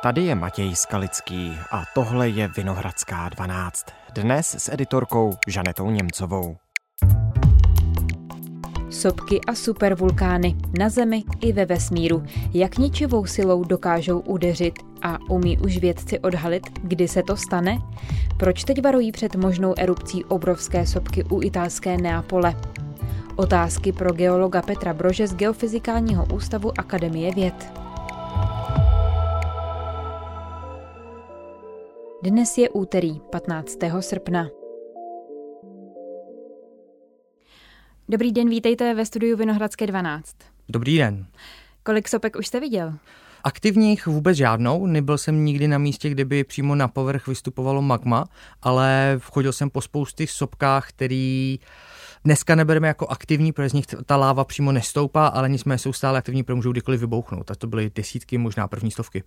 Tady je Matěj Skalický a tohle je Vinohradská 12. Dnes s editorkou Žanetou Němcovou. Sopky a supervulkány na Zemi i ve vesmíru. Jak ničivou silou dokážou udeřit a umí už vědci odhalit, kdy se to stane? Proč teď varují před možnou erupcí obrovské sopky u italské Neapole? Otázky pro geologa Petra Brože z Geofyzikálního ústavu Akademie věd. Dnes je úterý 15. srpna. Dobrý den, vítejte ve studiu Vinohradské 12. Dobrý den. Kolik sopek už jste viděl? Aktivních vůbec žádnou, nebyl jsem nikdy na místě, kde by přímo na povrch vystupovalo magma, ale chodil jsem po spoustě sopkách, který dneska nebereme jako aktivní, protože z nich ta láva přímo nestoupá, ale nicméně jsou stále aktivní, protože můžou kdykoliv vybouchnout. A to byly desítky, možná první stovky.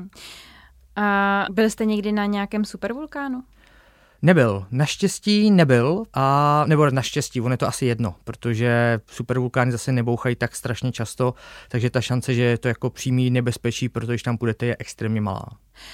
A byl jste někdy na nějakém supervulkánu? Nebyl. Naštěstí nebyl, nebo naštěstí, on je to asi jedno, protože supervulkány zase nebouchají tak strašně často, takže ta šance, že je to jako přímý nebezpečí, protože když tam půjdete, je extrémně malá.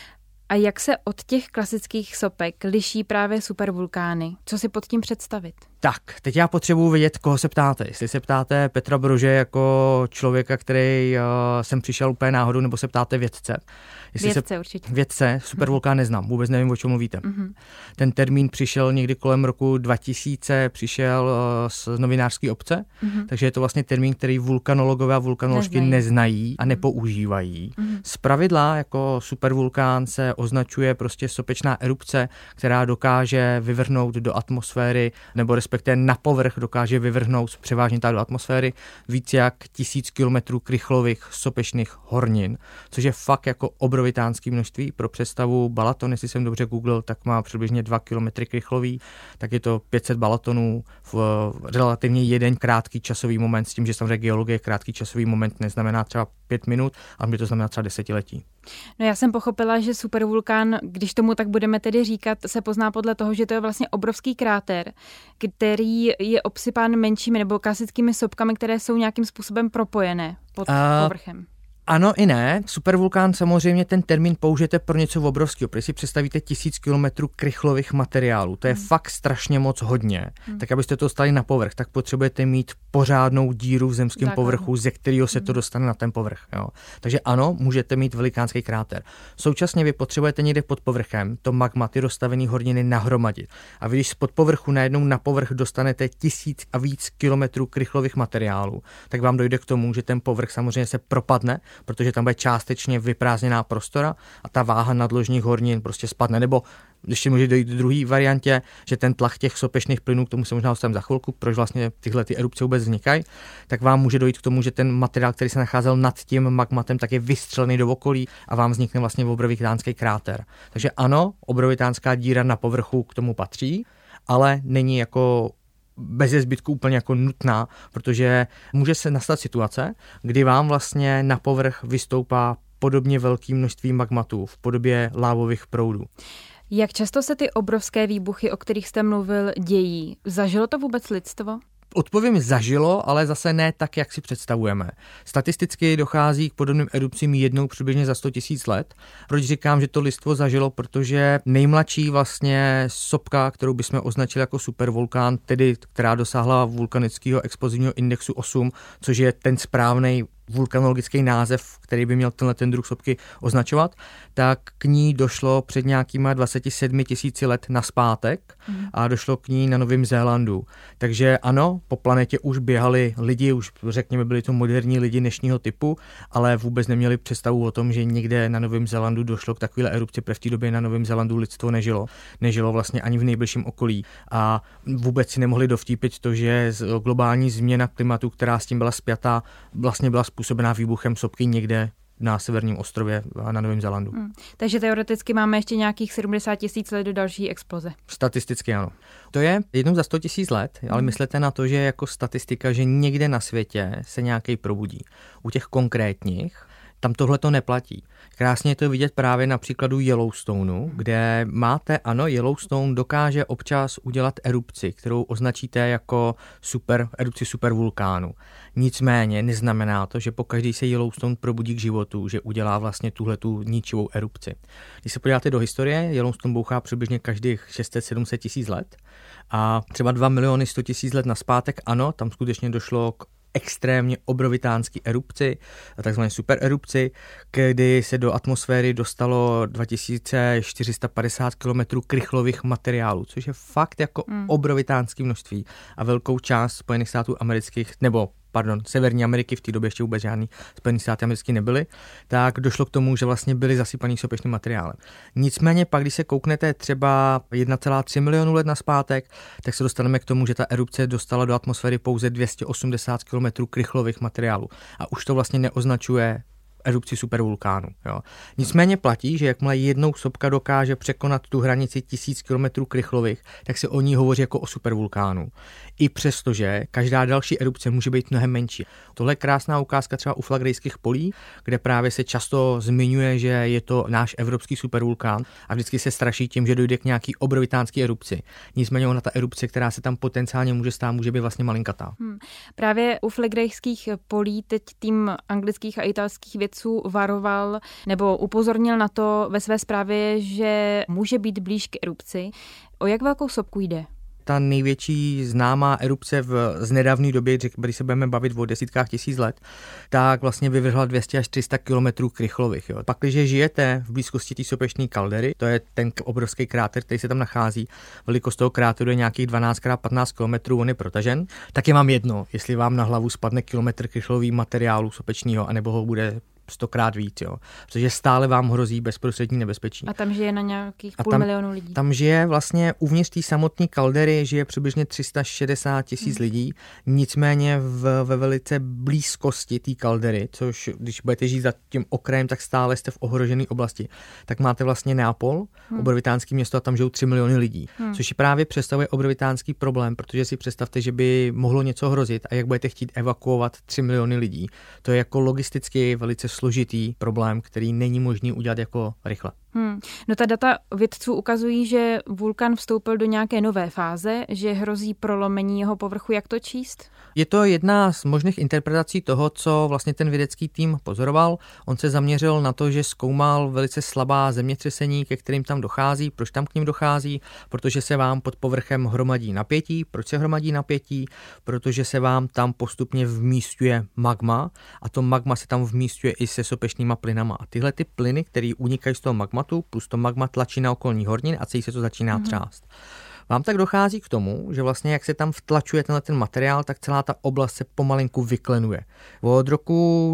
A jak se od těch klasických sopek liší právě supervulkány? Co si pod tím představit? Tak, teď já potřebuji vědět, koho se ptáte. Jestli se ptáte Petra Brože jako člověka, který sem přišel úplně náhodou, nebo se ptáte vědce. Vědce určitě. Vědce, supervulkán neznám, vůbec nevím, o čem mluvíte. Ten termín přišel někdy kolem roku 2000, přišel z novinářské obce, takže je to vlastně termín, který vulkanologové a vulkanoložky neznají a nepoužívají. Zpravidla jako supervulkán se označuje prostě sopečná erupce, která dokáže vyvrhnout do atmosféry, nebo respektive na povrch dokáže vyvrhnout převážně do atmosféry víc jak 1000 kilometrů krychlových sopečných hornin, což je fakt jako obrovitánský množství. Pro představu Balaton, jestli jsem dobře googlil, tak má přibližně 2 kilometry krychlový, tak je to 500 Balatonů v relativně jeden krátký časový moment, s tím, že samozřejmě geologie krátký časový moment neznamená třeba 5 minut, ale by to znamená třeba desetiletí. No já jsem pochopila, že supervulkán, když tomu tak budeme tedy říkat, se pozná podle toho, že to je vlastně obrovský kráter, který je obsypán menšími nebo klasickými sopkami, které jsou nějakým způsobem propojené pod povrchem. Ano i ne. Supervulkán samozřejmě ten termín použijete pro něco obrovského. Když si představíte 1000 kilometrů krychlových materiálů, to je fakt strašně moc hodně. Tak abyste to dostali na povrch, tak potřebujete mít pořádnou díru v zemském povrchu, ze kterého se to dostane na ten povrch. Jo. Takže ano, můžete mít velikánský kráter. Současně vy potřebujete někde pod povrchem to magma, ty rozstavené horniny nahromadit. A vy, když z pod povrchu najednou na povrch dostanete 1000 a víc kilometrů krychlových materiálů, tak vám dojde k tomu, že ten povrch samozřejmě se propadne, protože tam bude částečně vyprázdněná prostora a ta váha nadložních hornin prostě spadne. Nebo ještě může dojít do druhé variantě, že ten tlak těch sopečných plynů, k tomu se možná dostaneme za chvilku, proč vlastně tyhle ty erupce vůbec vznikají, tak vám může dojít k tomu, že ten materiál, který se nacházel nad tím magmatem, tak je vystřelený do okolí a vám vznikne vlastně obrovitánský kráter. Takže ano, obrovitánská díra na povrchu k tomu patří, ale není jako bez zbytku úplně jako nutná, protože může se nastat situace, kdy vám vlastně na povrch vystoupá podobně velké množství magmatů v podobě lávových proudů. Jak často se ty obrovské výbuchy, o kterých jste mluvil, dějí? Zažilo to vůbec lidstvo? Odpovím zažilo, ale zase ne tak, jak si představujeme. Statisticky dochází k podobným erupcím jednou přibližně za 100 000 let. Proč říkám, že to lidstvo zažilo? Protože nejmladší vlastně sopka, kterou bychom označili jako supervulkán, tedy která dosáhla vulkanického explozivního indexu 8, což je ten správný vulkanologický název, který by měl ten druh sopky označovat, tak k ní došlo před nějakýma 27 000 let nazpátek a došlo k ní na Novém Zélandu. Takže ano, po planetě už běhali lidi, už řekněme byli to moderní lidi dnešního typu, ale vůbec neměli představu o tom, že někde na Novém Zélandu došlo k takové erupci, protože v té době na Novém Zélandu lidstvo nežilo. Nežilo vlastně ani v nejbližším okolí a vůbec si nemohli dovtípit to, že globální změna klimatu, která s tím byla spjatá, vlastně byla způsobená výbuchem sopky někde na severním ostrově a na Novém Zélandu. Takže teoreticky máme ještě nějakých 70 000 let do další exploze. Statisticky ano. To je jednou za 100 000 let, ale myslete na to, že jako statistika, že někde na světě se nějaký probudí. U těch konkrétních Tam tohle to neplatí. Krásně je to vidět právě na příkladu Yellowstoneu, kde máte, ano, Yellowstone dokáže občas udělat erupci, kterou označíte jako erupci supervulkánu. Nicméně neznamená to, že pokaždý se Yellowstone probudí k životu, že udělá vlastně tuhletu ničivou erupci. Když se podíváte do historie, Yellowstone bouchá přibližně každých 600-700 tisíc let a třeba 2 100 000 let nazpátek, ano, tam skutečně došlo k extrémně obrovitánský erupci, takzvané supererupci, kdy se do atmosféry dostalo 2450 km krychlových materiálů, což je fakt jako obrovitánský množství a velkou část Spojených států amerických, Severní Ameriky, v té době ještě vůbec žádný Spojený státy americké nebyly, tak došlo k tomu, že vlastně byly zasypaný sopečným materiálem. Nicméně pak, když se kouknete třeba 1,3 milionu let nazpátek, tak se dostaneme k tomu, že ta erupce dostala do atmosféry pouze 280 km krychlových materiálů. A už to vlastně neoznačuje erupci supervulkánu. Jo. Nicméně platí, že jakmile jednou sopka dokáže překonat tu hranici 1000 km krychlových, tak se o ní hovoří jako o supervulkánu. I přestože každá další erupce může být mnohem menší. Tohle je krásná ukázka třeba u Flagrejských polí, kde právě se často zmiňuje, že je to náš evropský supervulkán a vždycky se straší tím, že dojde k nějaký obrovitánský erupci. Nicméně ona ta erupce, která se tam potenciálně může stát, může být vlastně malinkatá. Právě u Flagrejských polí teď tým anglických a italských vědců varoval nebo upozornil na to ve své zprávě, že může být blíž k erupci. O jak velkou sopku jde? Ta největší známá erupce z nedávné doby, když se budeme bavit o desítkách tisíc let, tak vlastně vyvrhla 200 až 300 kilometrů krychlových. Jo. Pak, když žijete v blízkosti té sopečné kaldery, to je ten obrovský kráter, který se tam nachází, velikost toho kráteru je nějakých 12x15 kilometrů, on je protažen, tak je vám jedno, jestli vám na hlavu spadne kilometr krychlový materiálu sopečného, anebo ho bude 100krát víc, jo. Protože stále vám hrozí bezprostřední nebezpečí. A tam žije na nějakých půl milionu lidí. Tam žije vlastně uvnitř té samotné kaldery žije přibližně 360 000 lidí, nicméně ve velice blízkosti té kaldery, což když budete žít za tím okrajem, tak stále jste v ohrožené oblasti. Tak máte vlastně Neapol, obrovitánské město a tam žijou 3 miliony lidí, což právě představuje obrovitánský problém, protože si představte, že by mohlo něco hrozit a jak budete chtít evakuovat 3 miliony lidí. To je jako logisticky velice složitý problém, který není možný udělat jako rychle. No ta data vědců ukazují, že vulkan vstoupil do nějaké nové fáze, že hrozí prolomení jeho povrchu. Jak to číst? Je to jedna z možných interpretací toho, co vlastně ten vědecký tým pozoroval. On se zaměřil na to, že zkoumal velice slabá zemětřesení, ke kterým tam dochází. Proč tam k ním dochází? Protože se vám pod povrchem hromadí napětí. Proč se hromadí napětí? Protože se vám tam postupně vmísťuje magma a to magma se tam vmísťuje i se sopečnýma plynama. A tyhle ty plyny, které unikají z toho magmatu, plus to magma tlačí na okolní horniny a celý se to začíná třást. Vám tak dochází k tomu, že vlastně jak se tam vtlačuje ten materiál, tak celá ta oblast se pomalinku vyklenuje. Od roku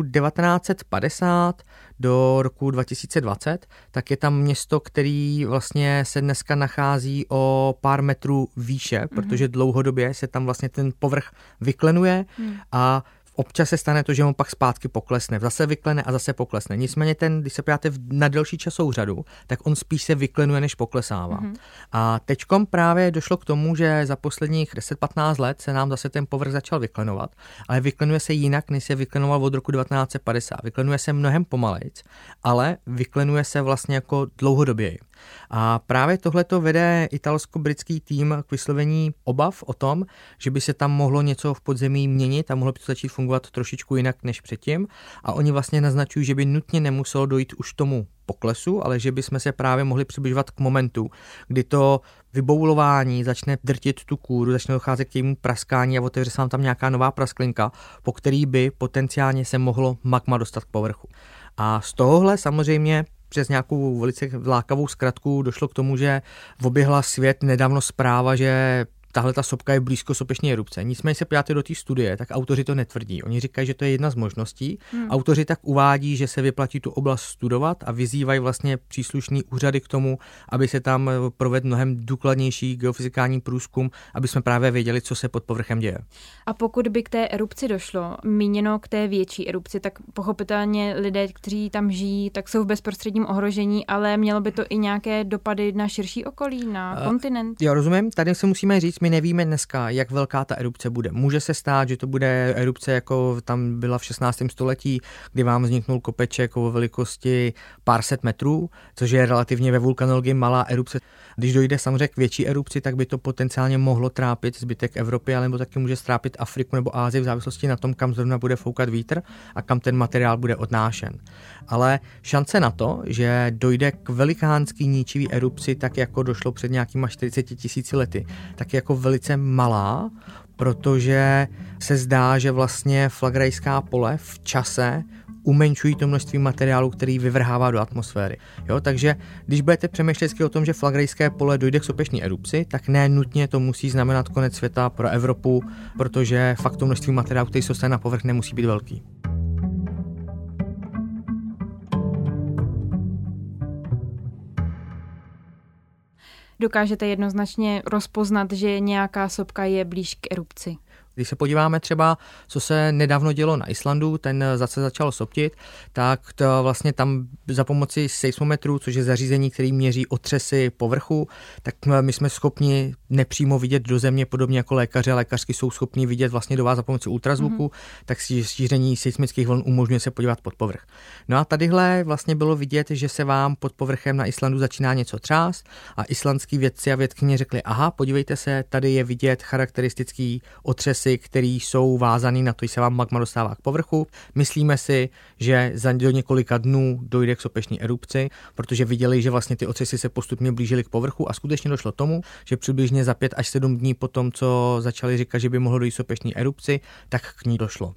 1950 do roku 2020, tak je tam město, který vlastně se dneska nachází o pár metrů výše, protože dlouhodobě se tam vlastně ten povrch vyklenuje a občas se stane to, že on pak zpátky poklesne, zase vyklene a zase poklesne. Nicméně když se podíváte na delší časovou řadu, tak on spíš se vyklenuje, než poklesává. A teďkom právě došlo k tomu, že za posledních 10-15 let se nám zase ten povrch začal vyklenovat, ale vyklenuje se jinak, než se vyklenoval od roku 1950. Vyklenuje se mnohem pomalejc, ale vyklenuje se vlastně jako dlouhodoběji. A právě tohleto vede italsko-britský tým k vyslovení obav o tom, že by se tam mohlo něco v podzemí měnit a mohlo by to začít fungovat trošičku jinak než předtím. A oni vlastně naznačují, že by nutně nemuselo dojít už tomu poklesu, ale že bychom se právě mohli přibližovat k momentu, kdy to vyboulování začne drtit tu kůru, začne docházet k jejímu praskání a otevře se vám tam nějaká nová prasklinka, po který by potenciálně se mohlo magma dostat k povrchu. A z tohohle samozřejmě přes nějakou velice lákavou zkratku došlo k tomu, že oběhla svět nedávno zpráva, že tahle ta sopka je blízko sopečné erupce. Nicméně se podíváte do té studie, tak autoři to netvrdí. Oni říkají, že to je jedna z možností. Autoři tak uvádí, že se vyplatí tu oblast studovat a vyzývají vlastně příslušný úřady k tomu, aby se tam provedl mnohem důkladnější geofyzikální průzkum, aby jsme právě věděli, co se pod povrchem děje. A pokud by k té erupci došlo, míněno k té větší erupci, tak pochopitelně lidé, kteří tam žijí, tak jsou v bezprostředním ohrožení, ale mělo by to i nějaké dopady na širší okolí, na kontinent. Já rozumím, tady se musíme říct, my nevíme dneska, jak velká ta erupce bude. Může se stát, že to bude erupce, jako tam byla v 16. století, kdy vám vzniknul kopeček o velikosti pár set metrů, což je relativně ve vulkanologii malá erupce. Když dojde samozřejmě k větší erupci, tak by to potenciálně mohlo trápit zbytek Evropy, ale nebo taky může trápit Afriku nebo Asii v závislosti na tom, kam zrovna bude foukat vítr a kam ten materiál bude odnášen. Ale šance na to, že dojde k velikánský ničivý erupci, tak jako došlo před nějakýma 40 000 lety, tak je jako velice malá, protože se zdá, že vlastně flagrejská pole v čase umenšují to množství materiálu, který vyvrhává do atmosféry. Jo, takže když budete přemýšlet o tom, že flagrejské pole dojde k sopečné erupci, tak ne nutně to musí znamenat konec světa pro Evropu, protože fakt to množství materiálu, který se dostane na povrch, nemusí být velký. Dokážete jednoznačně rozpoznat, že nějaká sopka je blíž k erupci? Když se podíváme třeba, co se nedávno dělo na Islandu, ten zase začal soptit, tak to vlastně tam za pomoci seismometru, což je zařízení, který měří otřesy povrchu, tak my jsme schopni nepřímo vidět do země, podobně jako lékaři a lékařky jsou schopni vidět vlastně do vás za pomoci ultrazvuku, tak šíření seismických vln umožňuje se podívat pod povrch. No a tadyhle vlastně bylo vidět, že se vám pod povrchem na Islandu začíná něco třást a islandský vědci a vědkyně řekli, aha, podívejte se, tady je vidět charakteristický otřes, které jsou vázané na to, že se vám magma dostává k povrchu. Myslíme si, že do několika dnů dojde k sopečné erupci, protože viděli, že vlastně ty otřesy se postupně blížily k povrchu a skutečně došlo tomu, že přibližně za 5 až 7 dní po tom, co začali říkat, že by mohlo dojít sopečné erupci, tak k ní došlo.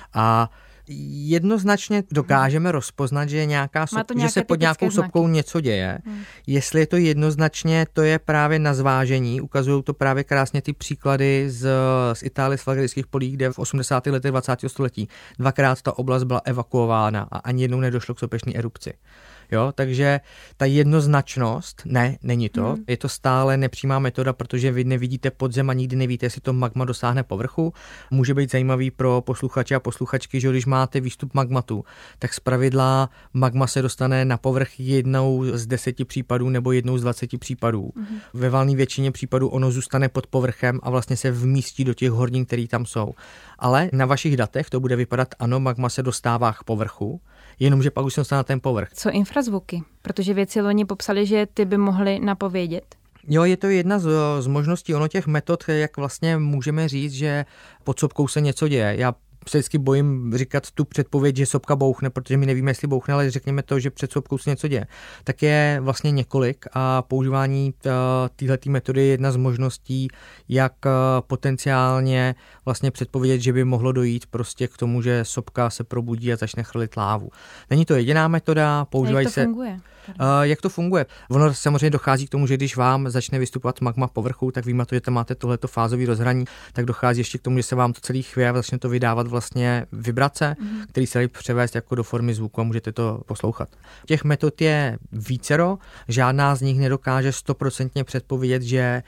A jednoznačně dokážeme rozpoznat, že je nějaká že se pod nějakou sopkou něco děje. Jestli je to jednoznačně, to je právě na zvážení. Ukazují to právě krásně ty příklady z Itálie, z flagrejských polí, kde v 80. letech 20. století 2krát ta oblast byla evakuována a ani jednou nedošlo k sopečné erupci. Jo, takže ta jednoznačnost, není to. Je to stále nepřímá metoda, protože vy nevidíte podzem a nikdy nevíte, jestli to magma dosáhne povrchu. Může být zajímavý pro posluchače a posluchačky, že když máte výstup magmatu, tak zpravidla magma se dostane na povrch jednou z 10 případů nebo jednou z 20 případů. Ve valné většině případů ono zůstane pod povrchem a vlastně se vmístí do těch hornin, které tam jsou. Ale na vašich datech to bude vypadat, ano, magma se dostává k povrchu, jenomže pak už se dostane na ten povrch. Co infrazvuky? Protože vědci loni popsali, že ty by mohly napovědět. Jo, je to jedna z možností, těch metod, jak vlastně můžeme říct, že pod sopkou se něco děje. Já se vždycky bojím říkat tu předpověď, že sopka bouchne, protože my nevíme, jestli bouchne, ale řekněme to, že před sopkou se něco děje. Tak je vlastně několik a používání téhleté metody je jedna z možností, jak potenciálně vlastně předpovědět, že by mohlo dojít prostě k tomu, že sopka se probudí a začne chrlit lávu. Není to jediná metoda, používají se... Funguje? Jak to funguje? Ono samozřejmě dochází k tomu, že když vám začne vystupovat magma povrchu, tak víme to, že tam máte tohleto fázové rozhraní, tak dochází ještě k tomu, že se vám to celý chvěje a začne to vydávat vlastně vibrace, které se dají převést jako do formy zvuku a můžete to poslouchat. Těch metod je vícero, žádná z nich nedokáže 100% předpovědět, že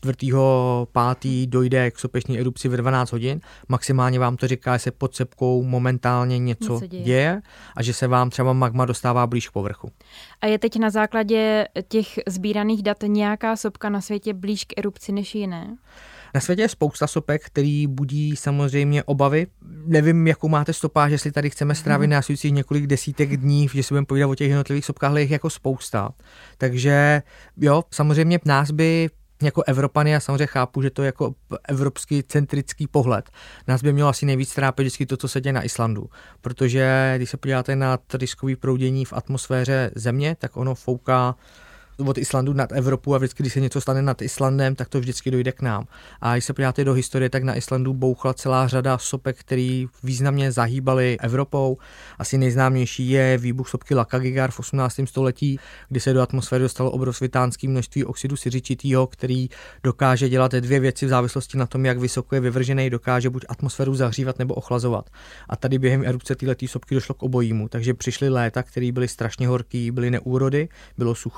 4.5. dojde k sopečné erupci v 12 hodin. Maximálně vám to říká, že se pod sepkou momentálně něco děje a že se vám třeba magma dostává blíž k povrchu. A je teď na základě těch sbíraných dat nějaká sopka na světě blíž k erupci než jiné? Na světě je spousta sopek, který budí samozřejmě obavy. Nevím, jakou máte stopáž, jestli tady chceme strávit následujících několik desítek dní, že si budeme povídat o těch jednotlivých sopkách, ale jich jako spousta. Takže jo, samozřejmě nás by jako Evropany, já samozřejmě chápu, že to je jako evropský centrický pohled. Nás by mělo asi nejvíc trápit vždycky to, co se děje na Islandu, protože když se podíváte na tryskový proudění v atmosféře země, tak ono fouká od Islandu nad Evropu a vždycky, když se něco stane nad Islandem, tak to vždycky dojde k nám. A když se podíváte do historie, tak na Islandu bouchla celá řada sopek, které významně zahýbaly Evropou. Asi nejznámější je výbuch sopky Lakagigar v 18. století, kdy se do atmosféry dostalo obrovský množství oxidu siřičitého, který dokáže dělat dvě věci v závislosti na tom, jak vysoko je vyvržený, dokáže buď atmosféru zahřívat nebo ochlazovat. A tady během erupce této sopky došlo k obojímu, takže přišly léta, které byly strašně horký, byly neúrody, bylo sucho.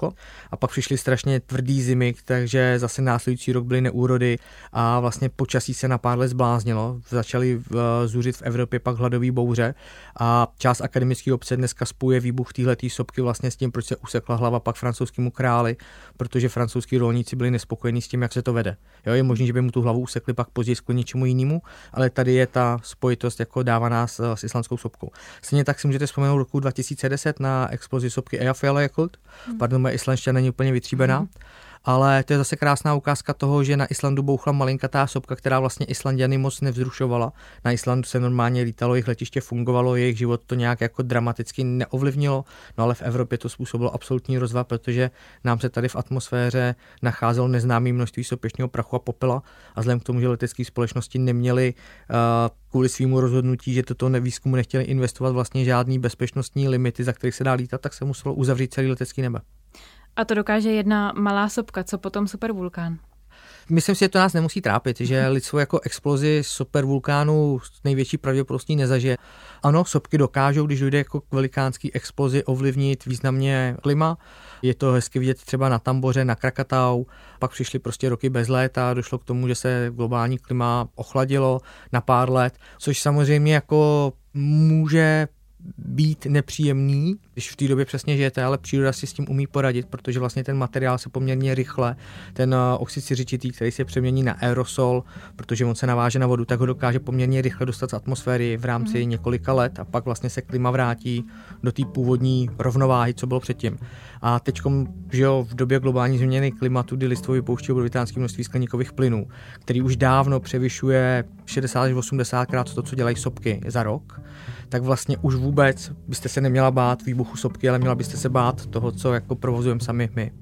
a pak přišly strašně tvrdý zimy, takže zase následující rok byly neúrody a vlastně počasí se na pár let zbláznilo. Začaly zuřit v Evropě pak hladové bouře a část akademické obce dneska spojuje výbuch téhleté sopky vlastně s tím, proč se usekla hlava pak francouzskému králi, protože francouzský rolníci byli nespokojení s tím, jak se to vede. Jo, je možné, že by mu tu hlavu usekli pak později kvůli něčemu jinému, ale tady je ta spojitost jako dávaná s islandskou sopkou. Stejně tak si můžete vzpomenout roku 2010 na explozi sopky Eyjafjallajökull. Pardon, moje islandština není úplně vytříbená. Ale to je zase krásná ukázka toho, že na Islandu bouchla malinkatá sopka, která vlastně Islanďany moc nevzrušovala. Na Islandu se normálně lítalo, jejich letiště fungovalo, jejich život to nějak jako dramaticky neovlivnilo, no ale v Evropě to způsobilo absolutní rozvrat, protože nám se tady v atmosféře nacházelo neznámé množství sopečného prachu a popela a vzhledem k tomu, že letecké společnosti neměly kvůli svýmu rozhodnutí, že toto výzkumu nechtěli investovat vlastně žádný bezpečnostní limity, za kterých se dá lítat, tak se muselo uzavřít celý letecký nebe. A to dokáže jedna malá sopka, co potom supervulkán? Myslím si, že to nás nemusí trápit, že lidstvo jako explozi supervulkánu s největší pravděpodobností nezažije. Ano, sopky dokážou, když dojde jako k velikánský explozi, ovlivnit významně klima. Je to hezky vidět třeba na Tamboře, na Krakatau. Pak přišly prostě roky bez léta, došlo k tomu, že se globální klima ochladilo na pár let, což samozřejmě jako může být nepříjemný, když v té době přesně žijete, ale příroda si s tím umí poradit, protože vlastně ten materiál se poměrně rychle, ten oxid siřičitý, který se přemění na aerosol, protože on se naváže na vodu, tak ho dokáže poměrně rychle dostat z atmosféry v rámci několika let a pak vlastně se klima vrátí do té původní rovnováhy, co bylo předtím. A teďkom, že jo, v době globální změny klimatu, kdy lidstvo vypouští obrovitánské množství skleníkových plynů, který už dávno převyšuje 60 až 80 krát to, co dělají sopky za rok, tak vlastně už vůbec byste se neměla bát výbuchu sopky, ale měla byste se bát toho, co jako provozujeme sami my.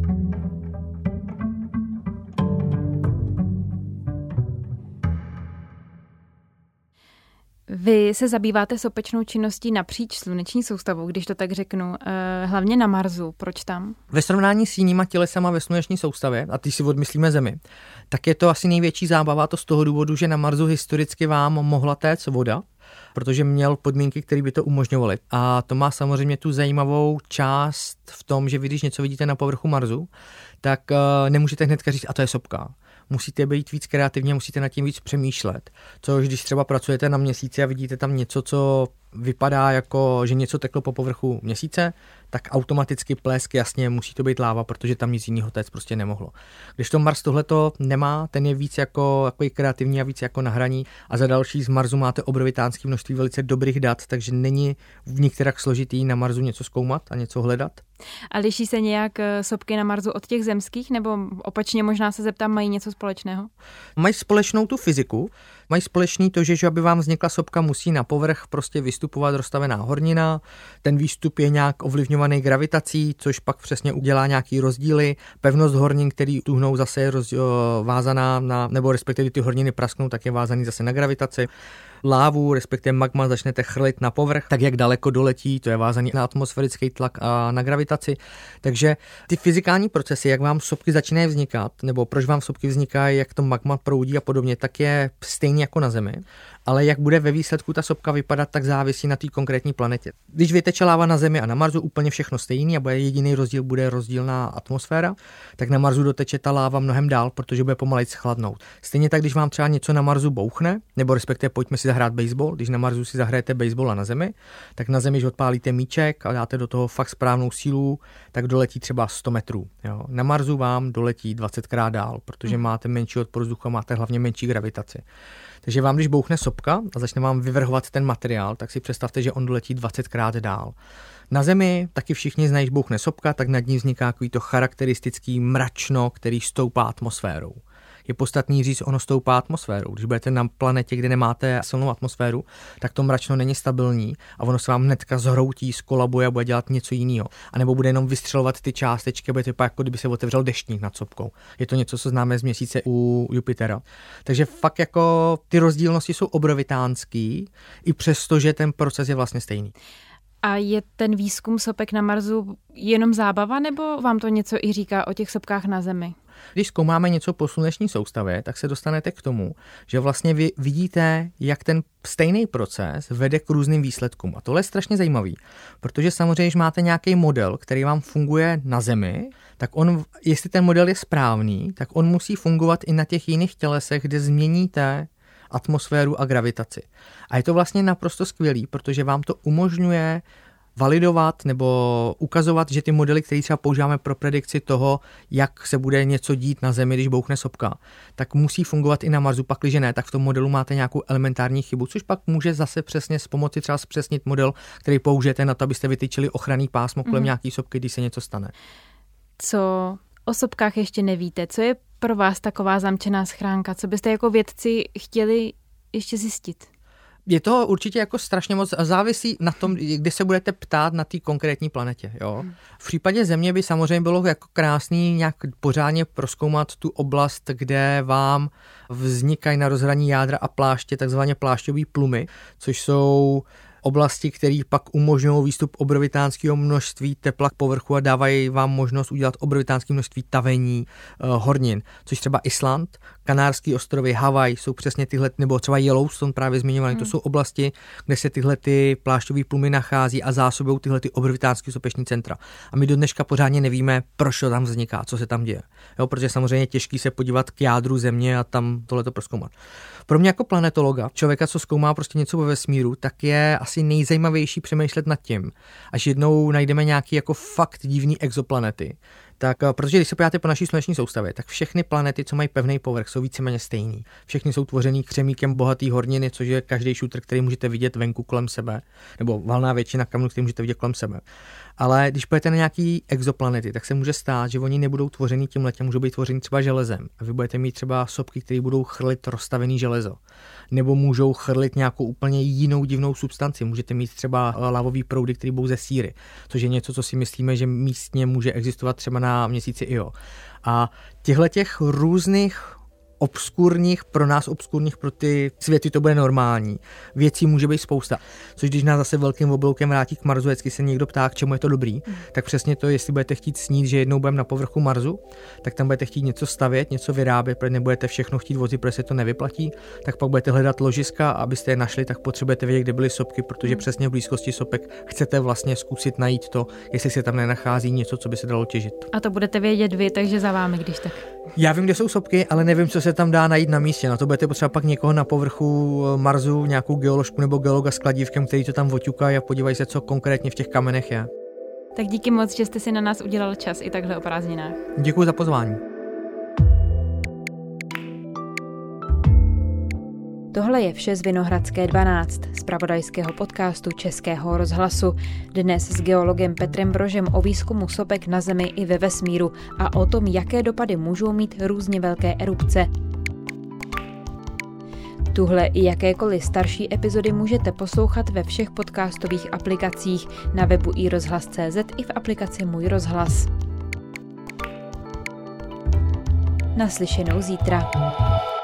Vy se zabýváte sopečnou činností napříč sluneční soustavou, když to tak řeknu, hlavně na Marsu. Proč tam? Ve srovnání s jinýma tělesama ve sluneční soustavě, a ty si odmyslíme Zemi, tak je to asi největší zábava, to z toho důvodu, že na Marsu historicky vám mohla téct voda, protože měl podmínky, které by to umožňovaly. A to má samozřejmě tu zajímavou část v tom, že vy, když něco vidíte na povrchu Marsu, tak nemůžete hnedka říct, a to je sopka. Musíte být víc kreativní, musíte nad tím víc přemýšlet. Což když třeba pracujete na Měsíci a vidíte tam něco, co vypadá jako, že něco teklo po povrchu Měsíce, tak automaticky blesk, jasně, musí to být láva, protože tam nic jiného téct prostě nemohlo. Když to Mars tohleto nemá, ten je víc jako kreativní a víc jako na hraní a za další z Marsu máte obrovitánské množství velice dobrých dat, takže není v některých složitý na Marsu něco zkoumat a něco hledat. A liší se nějak sopky na Marsu od těch zemských, nebo opačně možná se zeptám, mají něco společného? Mají společnou tu fyziku, mají společný to, že aby vám vznikla sopka, musí na povrch prostě vystupovat rozstavená hornina, ten výstup je nějak ovlivňovaný gravitací, což pak přesně udělá nějaký rozdíly, pevnost hornin, který tuhnou, zase je vázaná na, nebo respektive ty horniny prasknou, tak je vázaný zase na gravitaci. Lávu, respektive magma, začnete chrlit na povrch, tak jak daleko doletí, to je vázaný na atmosférický tlak a na gravitaci. Takže ty fyzikální procesy, jak vám sopky začínají vznikat, nebo proč vám sopky vznikají, jak to magma proudí a podobně, tak je stejně jako na Zemi. Ale jak bude ve výsledku ta sopka vypadat, tak závisí na té konkrétní planetě. Když vyteče láva na Zemi a na Marsu úplně všechno stejný a bude jediný rozdíl, bude rozdílná atmosféra, tak na Marsu doteče ta láva mnohem dál, protože bude pomalejc chladnout. Stejně tak, když vám třeba něco na Marsu bouchne, nebo respektive pojďme si zahrát baseball, když na Marsu si zahrajete baseball a na Zemi, tak na Zemi, když odpálíte míček a dáte do toho fakt správnou sílu, tak doletí třeba 100 metrů. Jo. Na Marsu vám doletí 20krát dál, protože máte menší odpor vzduchu a máte hlavně menší gravitaci. Takže vám, když bouchne sopka a začne vám vyvrhovat ten materiál, tak si představte, že on doletí 20krát dál. Na Zemi taky všichni znají, že bouchne sopka, tak nad ní vzniká takový to charakteristický mračno, který stoupá atmosférou. Je podstatný říct, ono stoupá atmosférou. Když budete na planetě, kde nemáte silnou atmosféru, tak to mračno není stabilní a ono se vám hnedka zhroutí, skolabuje a bude dělat něco jiného. A nebo bude jenom vystřelovat ty částečky, bude to jako kdyby se otevřel deštník nad sopkou. Je to něco, co známe z Měsíce u Jupitera. Takže fakt jako ty rozdílnosti jsou obrovitánský, i přesto, že ten proces je vlastně stejný. A je ten výzkum sopek na Marsu jenom zábava, nebo vám to něco i říká o těch sopkách na Zemi? Když zkoumáme něco po sluneční soustavě, tak se dostanete k tomu, že vlastně vy vidíte, jak ten stejný proces vede k různým výsledkům. A tohle je strašně zajímavý, protože samozřejmě, když máte nějaký model, který vám funguje na Zemi, tak on, jestli ten model je správný, tak on musí fungovat i na těch jiných tělesech, kde změníte atmosféru a gravitaci. A je to vlastně naprosto skvělý, protože vám to umožňuje validovat nebo ukazovat, že ty modely, které třeba používáme pro predikci toho, jak se bude něco dít na Zemi, když bouchne sopka, tak musí fungovat i na Marsu, pakliže ne, tak v tom modelu máte nějakou elementární chybu, což pak může zase přesně s pomocí třeba zpřesnit model, který použijete na to, abyste vytyčili ochranný pásmo kolem nějaký sopky, když se něco stane. Co o sopkách ještě nevíte? Co je pro vás taková zamčená schránka? Co byste jako vědci chtěli ještě zjistit? Je to určitě jako strašně moc závisí na tom, kde se budete ptát na té konkrétní planetě. Jo? V případě Země by samozřejmě bylo jako krásný nějak pořádně prozkoumat tu oblast, kde vám vznikají na rozhraní jádra a pláště takzvané plášťové plumy, což jsou oblasti, které pak umožňují výstup obrovitánského množství tepla k povrchu a dávají vám možnost udělat obrovitánské množství tavení hornin, což třeba Island, Kanárské ostrovy, Havaj jsou přesně tyhle, nebo třeba Yellowstone právě zmiňované, to jsou oblasti, kde se tyhle ty plášťové plumy nachází a zásobují tyhle ty obrovitánské sopeční centra. A my do dneška pořádně nevíme, proč to tam vzniká, co se tam děje. Jo, protože samozřejmě je těžký se podívat k jádru Země a tam tohleto prozkoumat. Pro mě jako planetologa, člověka, co zkoumá prostě něco ve vesmíru, tak je asi nejzajímavější přemýšlet nad tím, až jednou najdeme nějaký jako fakt divný exoplanety. Tak, protože když se podíváte po naší sluneční soustavě, tak všechny planety, co mají pevný povrch, jsou víceméně stejný. Všechny jsou tvořený křemíkem bohatý horniny, což je každý šutr, který můžete vidět venku kolem sebe, nebo valná většina kamenů, který můžete vidět kolem sebe. Ale když pojete na nějaký exoplanety, tak se může stát, že oni nebudou tvořený tím letem, můžou být tvořený třeba železem. A vy budete mít třeba sopky, které budou chrlit rozstavený železo. Nebo můžou chrlit nějakou úplně jinou divnou substanci. Můžete mít třeba lavový proudy, které budou ze síry, což je něco, co si myslíme, že místně může existovat třeba na měsíci Io. A těch různých obskurních, pro nás obskurních, pro ty světy to bude normální. Věcí může být spousta. Což když nás zase velkým obloukem vrátí k Marsu, vždycky se někdo ptá, k čemu je to dobrý, tak přesně to, jestli budete chtít snít, že jednou budeme na povrchu Marsu, tak tam budete chtít něco stavět, něco vyrábět, protože nebudete všechno chtít vozit, protože se to nevyplatí, tak pak budete hledat ložiska, abyste je našli, tak potřebujete vědět, kde byly sopky, protože přesně v blízkosti sopek chcete vlastně zkusit najít to, jestli se tam nenachází něco, co by se dalo těžit. A to budete vědět vy, takže za vámi, když tak. Já vím, kde jsou sopky, ale nevím, co se tam dá najít na místě. Na to budete potřeba pak někoho na povrchu Marsu, nějakou geoložku nebo geologa s kladívkem, který to tam oťukají a podívají se, co konkrétně v těch kamenech je. Tak díky moc, že jste si na nás udělal čas i takhle o prázdninách. Děkuji za pozvání. Tohle je vše z Vinohradské 12, zpravodajského podcastu Českého rozhlasu. Dnes s geologem Petrem Brožem o výzkumu sopek na Zemi i ve vesmíru a o tom, jaké dopady můžou mít různě velké erupce. Tuhle i jakékoliv starší epizody můžete poslouchat ve všech podcastových aplikacích, na webu iRozhlas.cz i v aplikaci Můj rozhlas. Naslyšenou zítra.